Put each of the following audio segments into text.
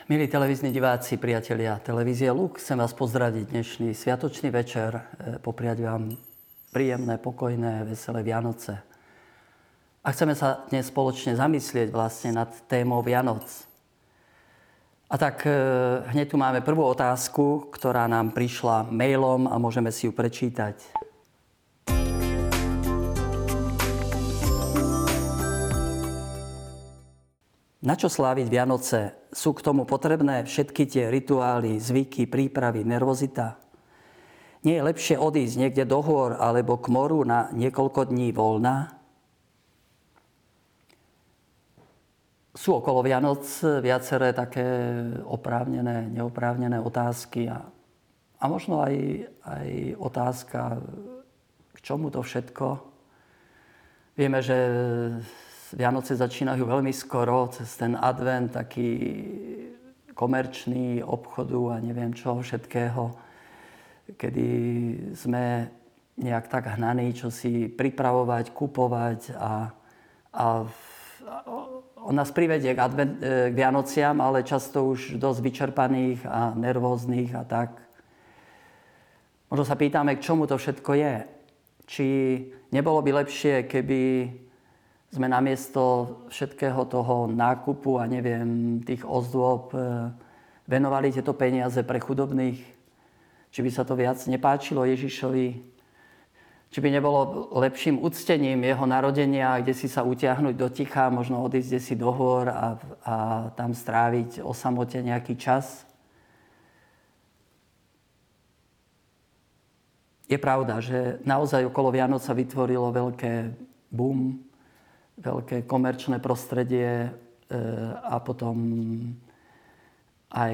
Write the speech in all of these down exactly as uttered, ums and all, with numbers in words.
Milí televízni diváci, priatelia televízie Lux, chcem vás pozdraviť dnešný sviatočný večer. Popriať vám príjemné, pokojné, veselé Vianoce. A chceme sa dnes spoločne zamyslieť vlastne nad témou Vianoc. A tak hneď tu máme prvú otázku, ktorá nám prišla mailom a môžeme si ju prečítať. Na čo sláviť Vianoce? Sú k tomu potrebné všetky tie rituály, zvyky, prípravy, nervozita? Nie je lepšie odísť niekde do hôr alebo k moru na niekoľko dní voľna? Sú okolo Vianoc viaceré také oprávnené, neoprávnené otázky a, a možno aj, aj otázka, k čomu to všetko. Vieme, že Vianoce začínajú veľmi skoro, cez ten advent, taký komerčný, obchodu a neviem čoho všetkého, kedy sme nejak tak hnaní, čo si pripravovať, kupovať a, a, a on nás privedie k, advent, k Vianociam, ale často už dosť vyčerpaných a nervóznych a tak. Možno sa pýtame, k čomu to všetko je. Či nebolo by lepšie, keby sme namiesto všetkého toho nákupu a neviem, tých ozdôb venovali tieto peniaze pre chudobných? Či by sa to viac nepáčilo Ježišovi? Či by nebolo lepším uctením jeho narodenia, kde si sa utiahnuť do ticha, možno odísť si do hôr a, a tam stráviť o samote nejaký čas? Je pravda, že naozaj okolo Vianoc sa vytvorilo veľké boom, veľké komerčné prostredie a potom aj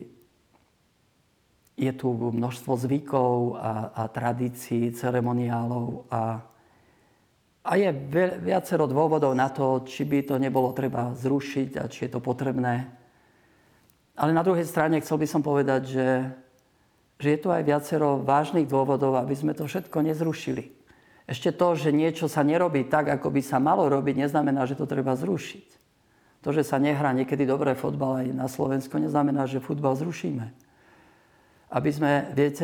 je tu množstvo zvykov a, a tradícií, ceremoniálov a, a je viacero dôvodov na to, či by to nebolo treba zrušiť a či je to potrebné. Ale na druhej strane chcel by som povedať, že, že je tu aj viacero vážnych dôvodov, aby sme to všetko nezrušili. Ešte to, že niečo sa nerobí tak, ako by sa malo robiť, neznamená, že to treba zrušiť. To, že sa nehrá niekedy dobré fotbal aj na Slovensku, neznamená, že futbal zrušíme. Aby sme, viete,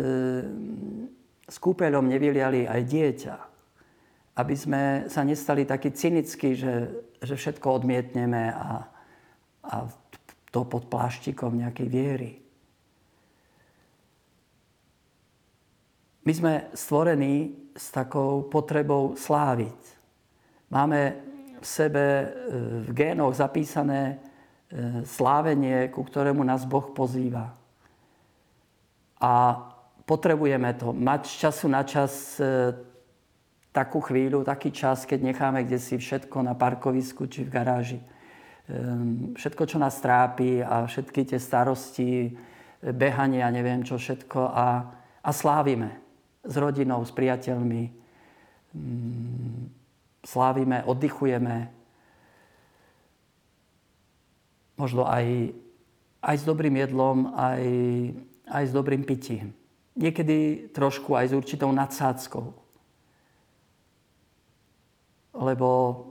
s kúpeľom nevyliali aj dieťa. Aby sme sa nestali takí cynickí, že, že všetko odmietneme a, a to pod pláštikom nejakej viery. My sme stvorení s takou potrebou sláviť. Máme v sebe v génoch zapísané slávenie, ku ktorému nás Boh pozýva. A potrebujeme to. Mať z času na čas takú chvíľu, taký čas, keď necháme kdesi všetko na parkovisku či v garáži. Všetko, čo nás trápi a všetky tie starosti, behanie a neviem čo všetko a, a slávime. S rodinou, s priateľmi. Slávime, oddychujeme. Možno aj, aj s dobrým jedlom, aj, aj s dobrým pitím. Niekedy trošku aj s určitou nadsádzkou. Lebo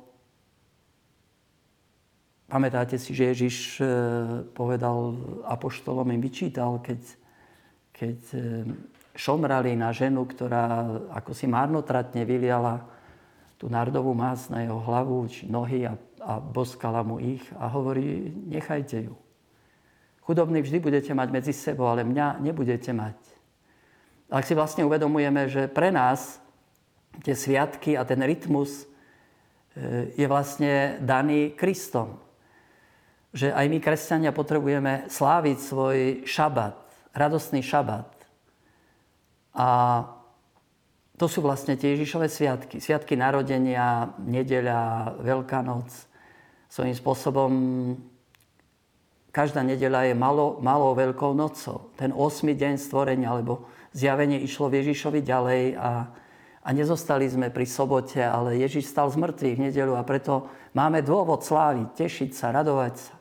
pamätáte si, že Ježiš povedal apoštolom, im vyčítal, keď, keď šomrali na ženu, ktorá ako si marnotratne vyliala tú nardovú másť na jeho hlavu či nohy a, a boskala mu ich a hovorí, nechajte ju. Chudobní vždy budete mať medzi sebou, ale mňa nebudete mať. Ak si vlastne uvedomujeme, že pre nás tie sviatky a ten rytmus je vlastne daný Kristom. Že aj my, kresťania, potrebujeme sláviť svoj šabat, radostný šabat. A to sú vlastne tie Ježišové sviatky. Sviatky narodenia, nedeľa, Veľká noc. Svojím spôsobom každá nedeľa je malo, malou Veľkou nocou. Ten ôsmy deň stvorenia, alebo zjavenie išlo v Ježišovi ďalej a, a nezostali sme pri sobote, ale Ježiš stal z mŕtvych v nedeľu a preto máme dôvod sláviť, tešiť sa, radovať sa.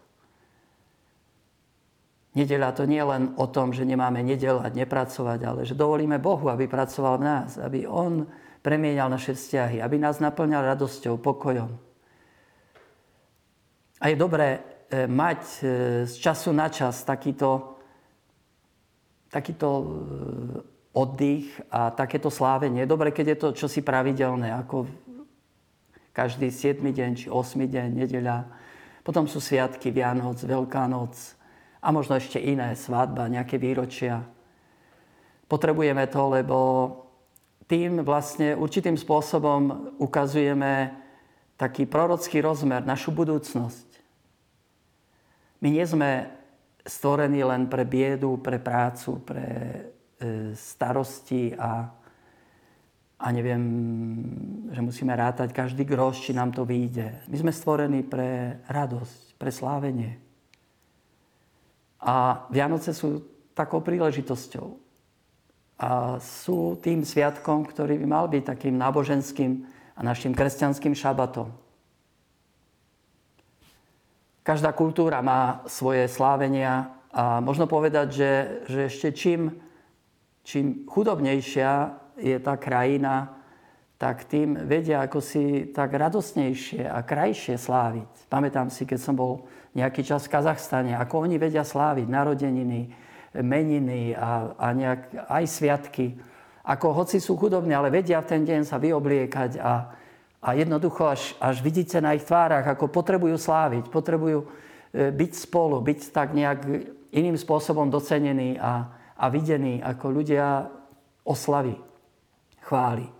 Nedeľa to nie je len o tom, že nemáme nedeľať, nepracovať, ale že dovolíme Bohu, aby pracoval v nás, aby On premieňal naše vzťahy, aby nás naplňal radosťou, pokojom. A je dobré mať z času na čas takýto, takýto oddych a takéto slávenie. Dobre, keď je to čosi pravidelné, ako každý siedmy deň či ôsmy deň, nedeľa. Potom sú sviatky, Vianoc, Veľká noc a možno ešte iné, svadba, nejaké výročia. Potrebujeme to, lebo tým vlastne určitým spôsobom ukazujeme taký prorocký rozmer, našu budúcnosť. My nie sme stvorení len pre biedu, pre prácu, pre e, starosti a, a neviem, že musíme rátať každý groš, či nám to vyjde. My sme stvorení pre radosť, pre slávenie. A Vianoce sú takou príležitosťou. A sú tým sviatkom, ktorý by mal byť takým náboženským a našim kresťanským šabatom. Každá kultúra má svoje slávenia a možno povedať, že, že ešte čím, čím chudobnejšia je tá krajina, tak tým vedia ako si tak radosnejšie a krajšie sláviť. Pamätám si, keď som bol nejaký čas v Kazachstane, ako oni vedia sláviť narodeniny, meniny a, a nejak, aj sviatky. Ako hoci sú chudobní, ale vedia v ten deň sa vyobliekať a A jednoducho až, až vidíte na ich tvárach, ako potrebujú sláviť, potrebujú byť spolu, byť tak nejak iným spôsobom docenení a, a videní, ako ľudia oslavy, chváli.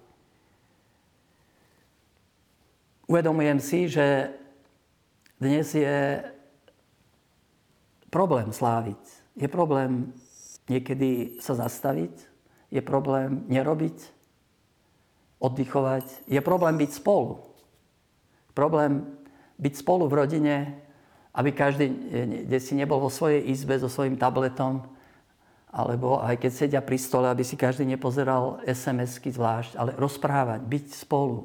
Uvedomujem si, že dnes je problém sláviť. Je problém niekedy sa zastaviť, je problém nerobiť, oddychovať. Je problém byť spolu. Problém byť spolu v rodine, aby každý, kde si nebol vo svojej izbe so svojím tabletom, alebo aj keď sedia pri stole, aby si každý nepozeral es em esky zvlášť, ale rozprávať, byť spolu.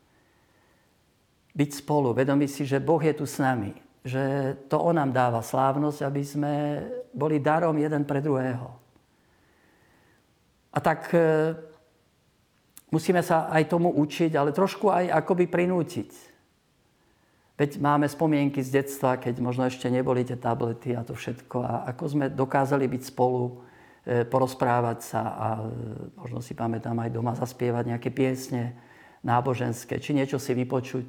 Byť spolu, vedomí si, že Boh je tu s nami, že to On nám dáva slávnosť, aby sme boli darom jeden pre druhého. A tak musíme sa aj tomu učiť, ale trošku aj akoby prinútiť. Veď máme spomienky z detstva, keď možno ešte neboli tie tablety a to všetko. A ako sme dokázali byť spolu, porozprávať sa a možno si pamätám aj doma zaspievať nejaké piesne náboženské, či niečo si vypočuť.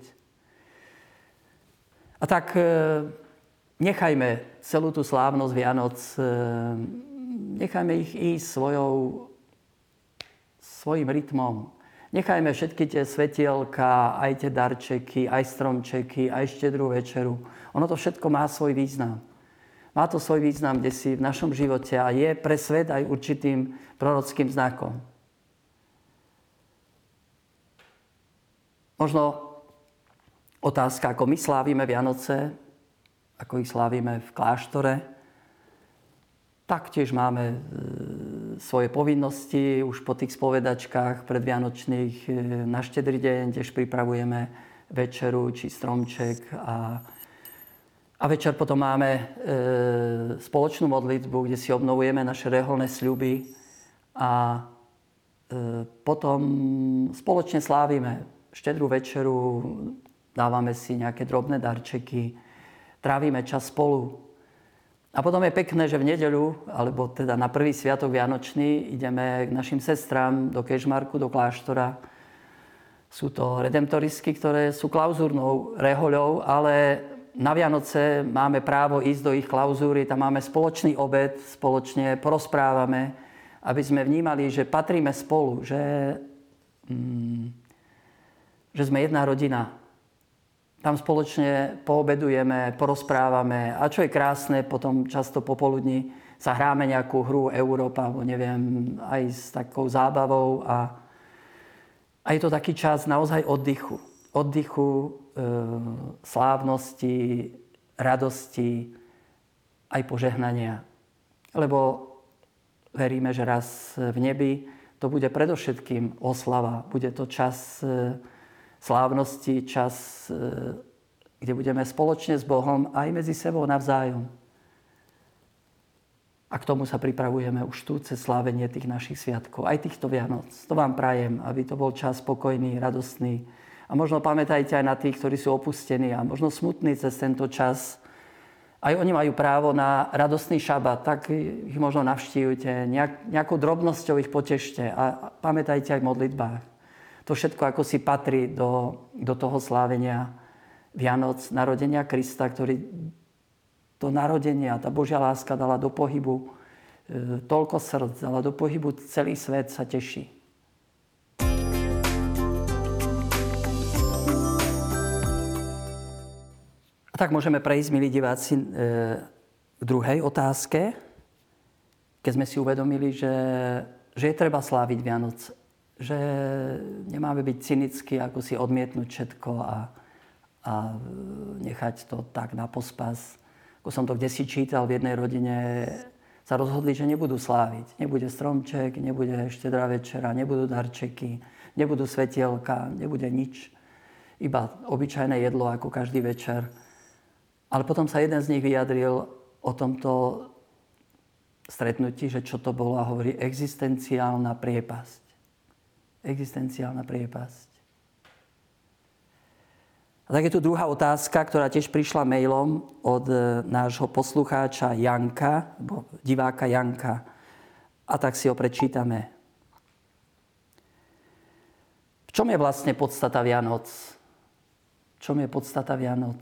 A tak nechajme celú tú slávnosť Vianoc, nechajme ich ísť svojou svojím rytmom. Nechajme všetky tie svetielka, aj tie darčeky, aj stromčeky, aj štedrú večeru. Ono to všetko má svoj význam. Má to svoj význam kdesi v našom živote a je pre svet aj určitým prorockým znakom. Možno otázka, ako my slávime Vianoce, ako ich slávime v kláštore, taktiež máme svoje povinnosti už po tých spovedačkách predvianočných. Na štedrý deň tiež pripravujeme večeru či stromček a, a večer potom máme e, spoločnú modlitbu, kde si obnovujeme naše reholné sľuby a e, potom spoločne slávime štedrú večeru, dávame si nejaké drobné darčeky, trávime čas spolu. A potom je pekné, že v nedeľu, alebo teda na prvý sviatok Vianočný, ideme k našim sestrám do Kežmarku, do kláštora. Sú to redemptoristky, ktoré sú klauzúrnou rehoľou, ale na Vianoce máme právo ísť do ich klauzúry, tam máme spoločný obed, spoločne porozprávame, aby sme vnímali, že patríme spolu, že, mm, že sme jedna rodina. Tam spoločne poobedujeme, porozprávame a čo je krásne, potom často popoludní sa hráme nejakú hru Európa, alebo neviem, aj s takou zábavou a, a je to taký čas naozaj oddychu. Oddychu, e, slávnosti, radosti, aj požehnania. Lebo veríme, že raz v nebi to bude predovšetkým oslava, bude to čas e, slávnosti, čas, kde budeme spoločne s Bohom aj medzi sebou navzájom. A k tomu sa pripravujeme už tu cez slávenie tých našich sviatkov, aj týchto Vianoc. To vám prajem, aby to bol čas spokojný, radostný. A možno pamätajte aj na tých, ktorí sú opustení a možno smutní cez tento čas, Aj oni majú právo na radostný šabat, tak ich možno navštívite, nejak, nejakou drobnosťou ich potešte a pamätajte aj v modlitbách. To všetko ako si patrí do, do toho slávenia Vianoc, narodenia Krista, ktorý to narodenie a tá Božia láska dala do pohybu e, toľko srdc, dala do pohybu celý svet sa teší. A tak môžeme prejsť, milí diváci, k druhej otázke, keď sme si uvedomili, že, že je treba sláviť Vianoce, že nemáme byť cynickí, ako si odmietnúť všetko a, a nechať to tak na pospas. Ako som to kdesi čítal, v jednej rodine sa rozhodli, že nebudú sláviť. Nebude stromček, nebude štedrá večera, nebudú darčeky, nebudú svetielka, nebude nič. Iba obyčajné jedlo, ako každý večer. Ale potom sa jeden z nich vyjadril o tomto stretnutí, že čo to bolo, a hovorí existenciálna priepasť. Existenciálna priepasť. A tak je tu druhá otázka, ktorá tiež prišla mailom od nášho poslucháča Janka, diváka Janka. A tak si ho prečítame. V čom je vlastne podstata Vianoc? V čom je podstata Vianoc?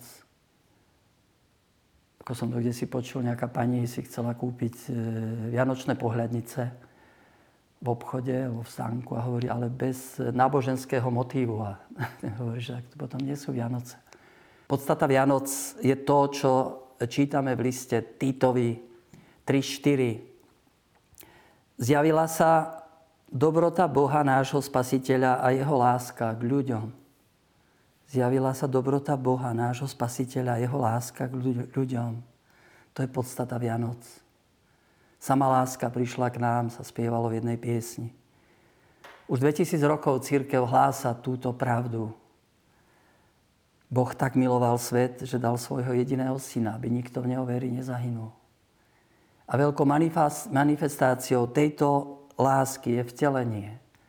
Ako som to kdesi počul, nejaká pani si chcela kúpiť vianočné pohľadnice v obchode, vo vstánku a hovorí, ale bez náboženského motívu. A hovorí, že to potom nie sú Vianoce. Podstata Vianoc je to, čo čítame v liste Týtovi tri štyri. Zjavila sa dobrota Boha, nášho Spasiteľa a jeho láska k ľuďom. Zjavila sa dobrota Boha, nášho Spasiteľa a jeho láska k ľuďom. To je podstata Vianoc. Sama láska prišla k nám, sa spievalo v jednej piesni. Už dvetisíc rokov cirkev hlása túto pravdu. Boh tak miloval svet, že dal svojho jediného syna, aby nikto v neho verí nezahynul. A veľkou manifestáciou tejto lásky je vtelenie.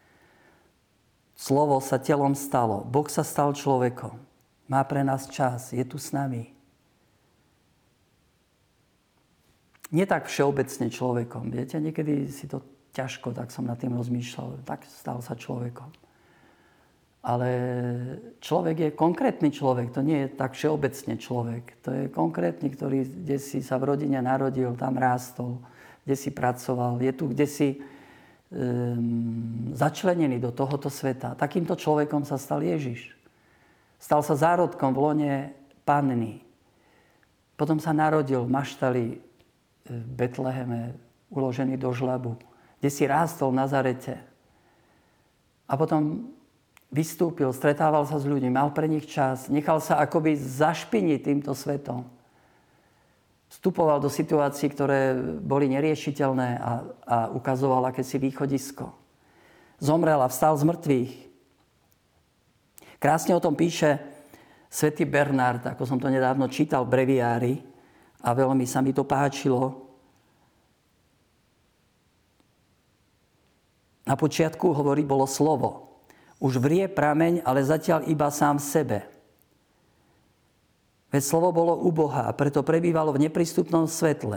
Slovo sa telom stalo. Boh sa stal človekom. Má pre nás čas. Je tu s nami. Nie tak všeobecne človekom. Viete, niekedy si to ťažko, tak som nad tým rozmýšľal. Tak stal sa človekom. Ale človek je konkrétny človek. To nie je tak všeobecne človek. To je konkrétny, ktorý kde si sa v rodine narodil, tam rástol, kde si pracoval. Je tu, kde si začlenený do tohoto sveta. Takýmto človekom sa stal Ježiš. Stal sa zárodkom v lone panny. Potom sa narodil v maštali v Betleheme, uložený do žľabu, kde si rástol v Nazarete. A potom vystúpil, stretával sa s ľuďmi, mal pre nich čas, nechal sa akoby zašpiniť týmto svetom. Vstupoval do situácií, ktoré boli neriešiteľné a, a ukazoval akési východisko. Zomrel a vstal z mŕtvych. Krásne o tom píše svätý Bernard, ako som to nedávno čítal v breviári a veľmi sa mi to páčilo. Na počiatku, hovorí, bolo slovo. Už vrie prameň, ale zatiaľ iba sám v sebe. Veď slovo bolo u Boha a preto prebývalo v neprístupnom svetle.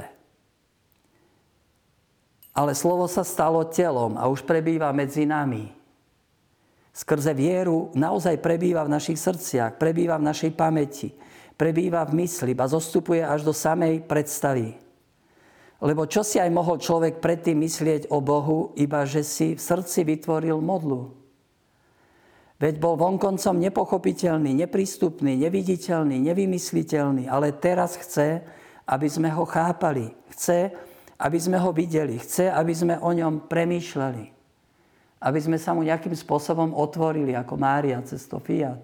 Ale slovo sa stalo telom a už prebýva medzi nami. Skrze vieru naozaj prebýva v našich srdciach, prebýva v našej pamäti, prebýva v mysli a zostupuje až do samej predstavy. Lebo čo si aj mohol človek predtým myslieť o Bohu, iba že si v srdci vytvoril modlu. Veď bol vonkoncom nepochopiteľný, neprístupný, neviditeľný, nevymysliteľný, ale teraz chce, aby sme ho chápali. Chce, aby sme ho videli. Chce, aby sme o ňom premýšľali. Aby sme sa mu nejakým spôsobom otvorili, ako Mária cez to fiat.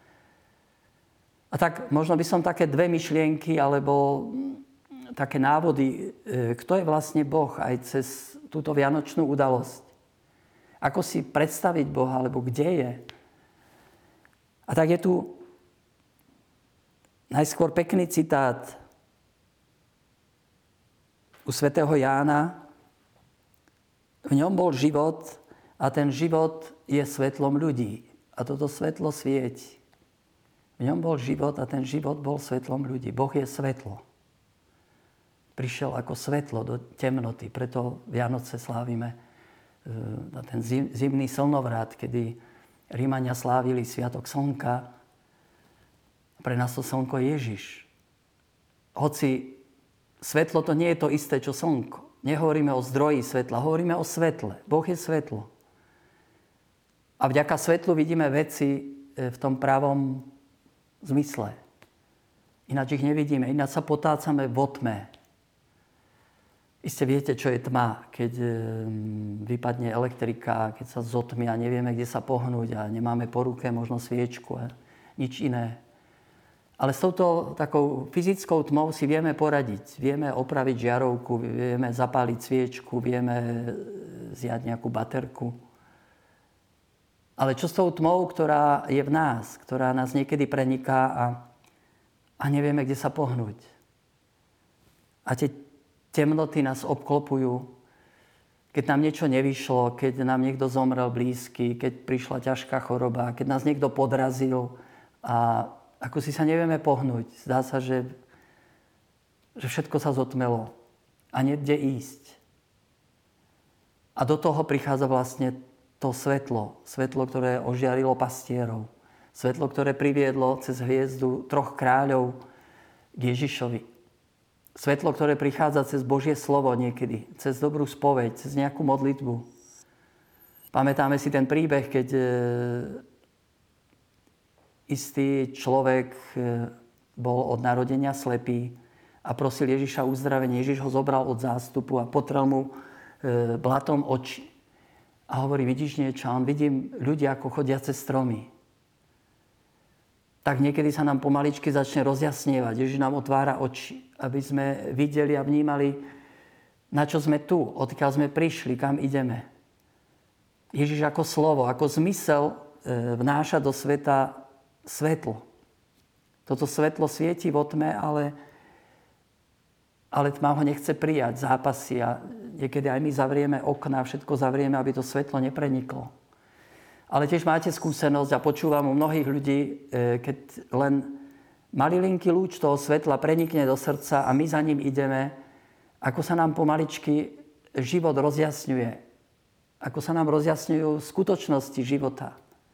A tak možno by som také dve myšlienky, alebo také návody, kto je vlastne Boh aj cez túto vianočnú udalosť. Ako si predstaviť Boha, alebo kde je. A tak je tu najskôr pekný citát u svätého Jána. V ňom bol život a ten život je svetlom ľudí. A toto svetlo svieti. V ňom bol život a ten život bol svetlom ľudí. Boh je svetlo. prišiel ako svetlo do temnoty. Preto Vianoce slávime ten zimný slnovrat, kedy Rímania slávili Sviatok slnka. Pre nás to slnko je Ježiš. Hoci svetlo to nie je to isté, čo slnko. Nehovoríme o zdroji svetla, hovoríme o svetle. Boh je svetlo. A vďaka svetlu vidíme veci v tom pravom zmysle. Ináč ich nevidíme, ináč sa potácame vo tme. Iste viete, čo je tma, keď vypadne elektrika, keď sa zotmí a nevieme, kde sa pohnúť a nemáme po ruke možno sviečku a nič iné. Ale s touto takou fyzickou tmou si vieme poradiť. Vieme opraviť žiarovku, vieme zapáliť sviečku, vieme zjať nejakú baterku. Ale čo s tou tmou, ktorá je v nás, ktorá nás niekedy preniká a, a nevieme, kde sa pohnúť. A tie temnoty nás obklopujú, keď nám niečo nevyšlo, keď nám niekto zomrel blízky, keď prišla ťažká choroba, keď nás niekto podrazil a ako si sa nevieme pohnúť. Zdá sa, že, že všetko sa zotmelo a nie kde ísť. A do toho prichádza vlastne to svetlo. Svetlo, ktoré ožiarilo pastierov. Svetlo, ktoré priviedlo cez hviezdu troch kráľov k Ježišovi. Svetlo, ktoré prichádza cez Božie slovo niekedy, cez dobrú spoveď, cez nejakú modlitbu. Pamätáme si ten príbeh, keď istý človek bol od narodenia slepý a prosil Ježiša o uzdravenie. Ježiš ho zobral od zástupu a potrel mu blatom oči. A hovorí, vidíš niečo? A on, vidím ľudia, ako chodia cez stromy. Tak niekedy sa nám pomaličky začne rozjasnievať. Ježiš nám otvára oči, aby sme videli a vnímali, na čo sme tu, odkiaľ sme prišli, kam ideme. Ježiš ako slovo, ako zmysel vnáša do sveta svetlo. Toto svetlo svieti vo tme, ale, ale tma ho nechce prijať, zápasy a niekedy aj my zavrieme okná, všetko zavrieme, aby to svetlo nepreniklo. Ale tiež máte skúsenosť a počúvam u mnohých ľudí, keď len malilinký lúč toho svetla prenikne do srdca a my za ním ideme, ako sa nám pomaličky život rozjasňuje. Ako sa nám rozjasňujú skutočnosti života.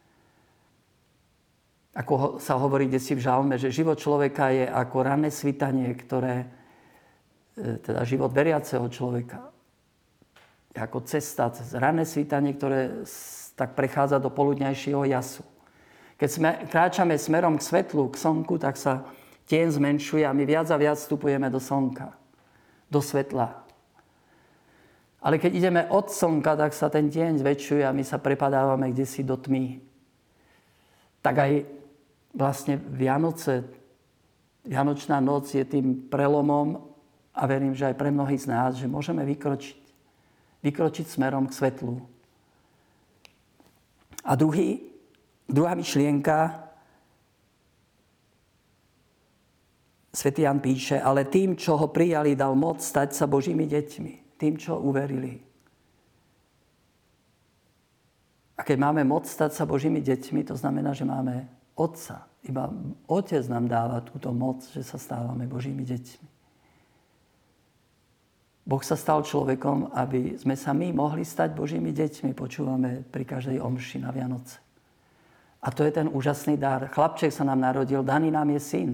Ako sa hovorí kdesi v žalme, že život človeka je ako ranné svitanie, ktoré, teda život veriaceho človeka, je ako cesta cez ranné svitanie, ktoré tak prechádza do poludňajšieho jasu. Keď sme, kráčame smerom k svetlu, k slnku, tak sa tieň zmenšuje a my viac a viac vstupujeme do slnka, do svetla. Ale keď ideme od slnka, tak sa ten tieň zväčšuje a my sa prepadávame kdesi do tmy. Tak aj vlastne Vianoce, Vianočná noc je tým prelomom a verím, že aj pre mnohých z nás, že môžeme vykročiť. Vykročiť smerom k svetlu. A druhý, druhá myšlienka, svätý Ján píše, ale tým, čo ho prijali, dal moc stať sa Božími deťmi. Tým, čo uverili. A keď máme moc stať sa Božími deťmi, to znamená, že máme Otca. Iba Otec nám dáva túto moc, že sa stávame Božími deťmi. Boh sa stal človekom, aby sme sa my mohli stať Božími deťmi. Počúvame pri každej omši na Vianoce. A to je ten úžasný dar. Chlapček sa nám narodil, daný nám je syn.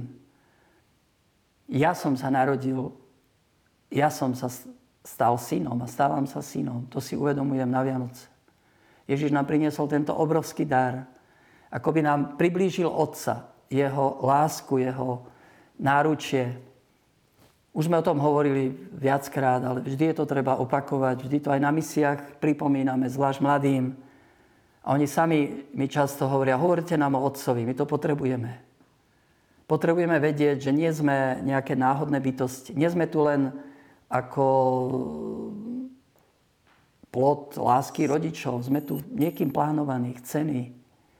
Ja som sa narodil, ja som sa stal synom a stávam sa synom. To si uvedomujem na Vianoce. Ježiš nám priniesol tento obrovský dar. Ako by nám priblížil Otca, jeho lásku, jeho náručie. Už sme o tom hovorili viackrát, ale vždy je to treba opakovať. Vždy to aj na misiách pripomíname, zvlášť mladým. A oni sami mi často hovoria, hovorte nám o Otcovi, my to potrebujeme. Potrebujeme vedieť, že nie sme nejaké náhodné bytosti. Nie sme tu len ako plod lásky rodičov. Sme tu niekým plánovaní, chcení.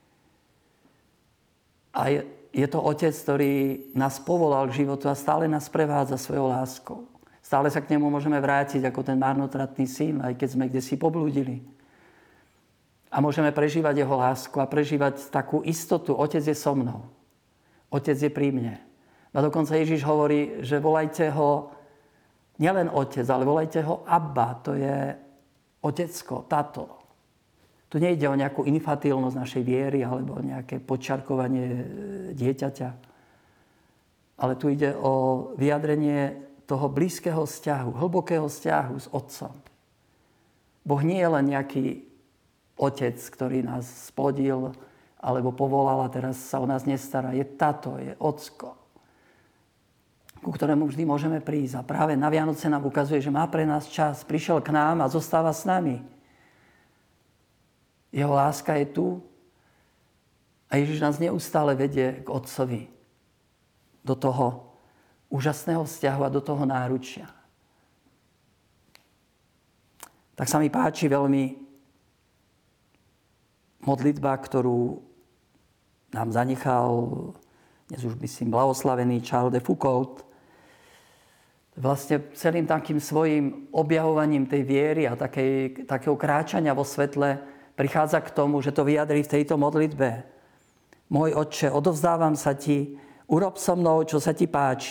A je, je to Otec, ktorý nás povolal k životu a stále nás prevádza svojou láskou. Stále sa k nemu môžeme vrátiť ako ten marnotratný syn, aj keď sme kdesi poblúdili. A môžeme prežívať jeho lásku a prežívať takú istotu. Otec je so mnou. Otec je pri mne. A dokonca Ježiš hovorí, že volajte ho nielen otec, ale volajte ho Abba, to je otecko, tato. Tu nejde o nejakú infantilnosť našej viery alebo o nejaké podčiarkovanie dieťaťa. Ale tu ide o vyjadrenie toho blízkeho vzťahu, hlbokého vzťahu s otcom. Boh nie je len nejaký otec, ktorý nás splodil alebo povolal a teraz sa o nás nestará. Je tato, je ocko, ku ktorému vždy môžeme prísť. A práve na Vianoce nám ukazuje, že má pre nás čas. Prišiel k nám a zostáva s nami. Jeho láska je tu a Ježiš nás neustále vedie k Otcovi. Do toho úžasného vzťahu a do toho náručia. Tak sa mi páči veľmi modlitba, ktorú nám zanechal, dnes už myslím, blahoslavený Charles de Foucault. Vlastne celým takým svojim objavovaním tej viery a takej, takého kráčania vo svetle prichádza k tomu, že to vyjadrí v tejto modlitbe. Môj Otče, odovzdávam sa ti, urob so mnou, čo sa ti páči.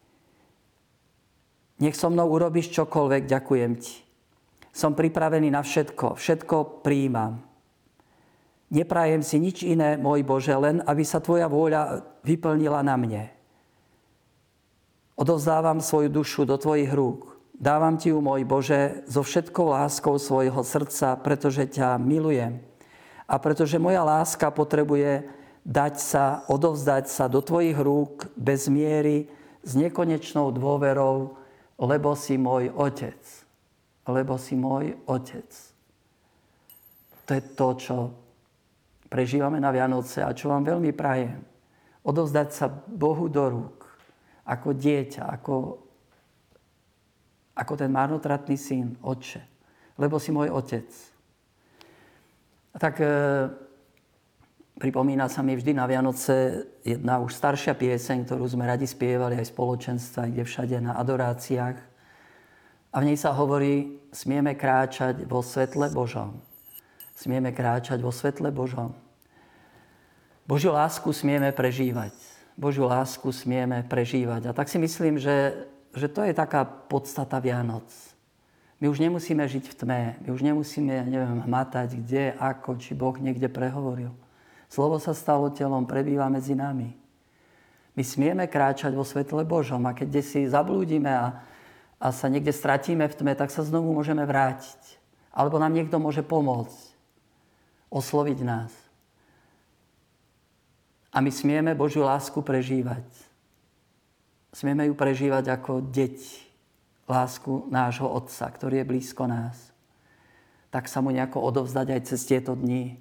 Nech so mnou urobíš čokoľvek, ďakujem ti. Som pripravený na všetko, všetko prijímam. Neprajem si nič iné, môj Bože, len aby sa tvoja vôľa vyplnila na mne. Odovzdávam svoju dušu do tvojich rúk. Dávam ti ju, môj Bože, so všetkou láskou svojho srdca, pretože ťa milujem. A pretože moja láska potrebuje dať sa, odovzdať sa do tvojich rúk bez miery, s nekonečnou dôverou, lebo si môj Otec. Lebo si môj Otec. To je to, čo prežívame na Vianoce a čo vám veľmi prajem. Odovzdať sa Bohu do rúk, ako dieťa, ako, ako ten marnotratný syn, Otče. Lebo si môj Otec. A tak e, pripomína sa mi vždy na Vianoce jedna už staršia pieseň, ktorú sme radi spievali aj v spoločenstve, kde všade na adoráciách. A v nej sa hovorí, smieme kráčať vo svetle Božom. Smieme kráčať vo svetle Božom. Božiu lásku smieme prežívať. Božiu lásku smieme prežívať. A tak si myslím, že, že to je taká podstata Vianoc. My už nemusíme žiť v tme. My už nemusíme, neviem, hmatať, kde, ako, či Boh niekde prehovoril. Slovo sa stalo telom, prebýva medzi nami. My smieme kráčať vo svetle Božom. A keď si zablúdime a, a sa niekde stratíme v tme, tak sa znovu môžeme vrátiť. Alebo nám niekto môže pomôcť. Osloviť nás. A my smieme Božiu lásku prežívať. Smieme ju prežívať ako deti. Lásku nášho Otca, ktorý je blízko nás. Tak sa mu nejako odovzdať aj cez tieto dni.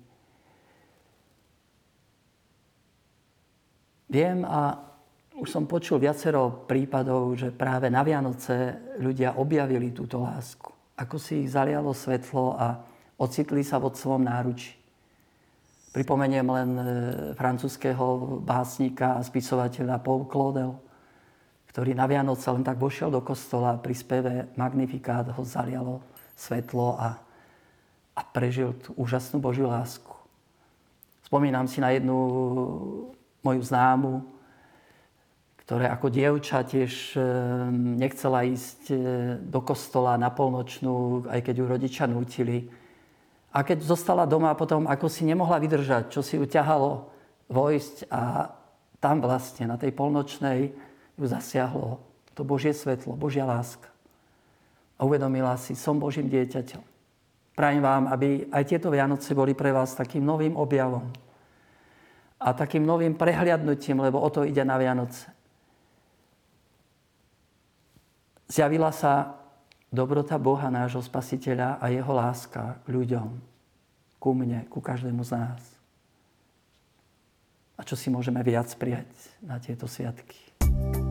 Viem a už som počul viacero prípadov, že práve na Vianoce ľudia objavili túto lásku. Ako si ich zalialo svetlo a ocitli sa v Otcovom náručí. Pripomeniem len francúzského básnika a spisovateľa Paul Claudel, ktorý na Vianoce len tak vošiel do kostola pri speve Magnifikát ho zalialo svetlo a, a prežil tú úžasnú Božiu lásku. Spomínam si na jednu moju známu, ktorá ako dievča tiež nechcela ísť do kostola na polnočnú, aj keď ju rodičia nútili. A keď zostala doma potom, ako si nemohla vydržať, čo si ju ťahalo vojsť a tam vlastne na tej polnočnej ju zasiahlo to Božie svetlo, Božia láska. A uvedomila si, som Božím dieťaťom. Prajem vám, aby aj tieto Vianoce boli pre vás takým novým objavom a takým novým prehliadnutím, lebo o to ide na Vianoce. Zjavila sa dobrota Boha, nášho Spasiteľa a jeho láska k ľuďom, ku mne, ku každému z nás. A čo si môžeme viac prijať na tieto sviatky?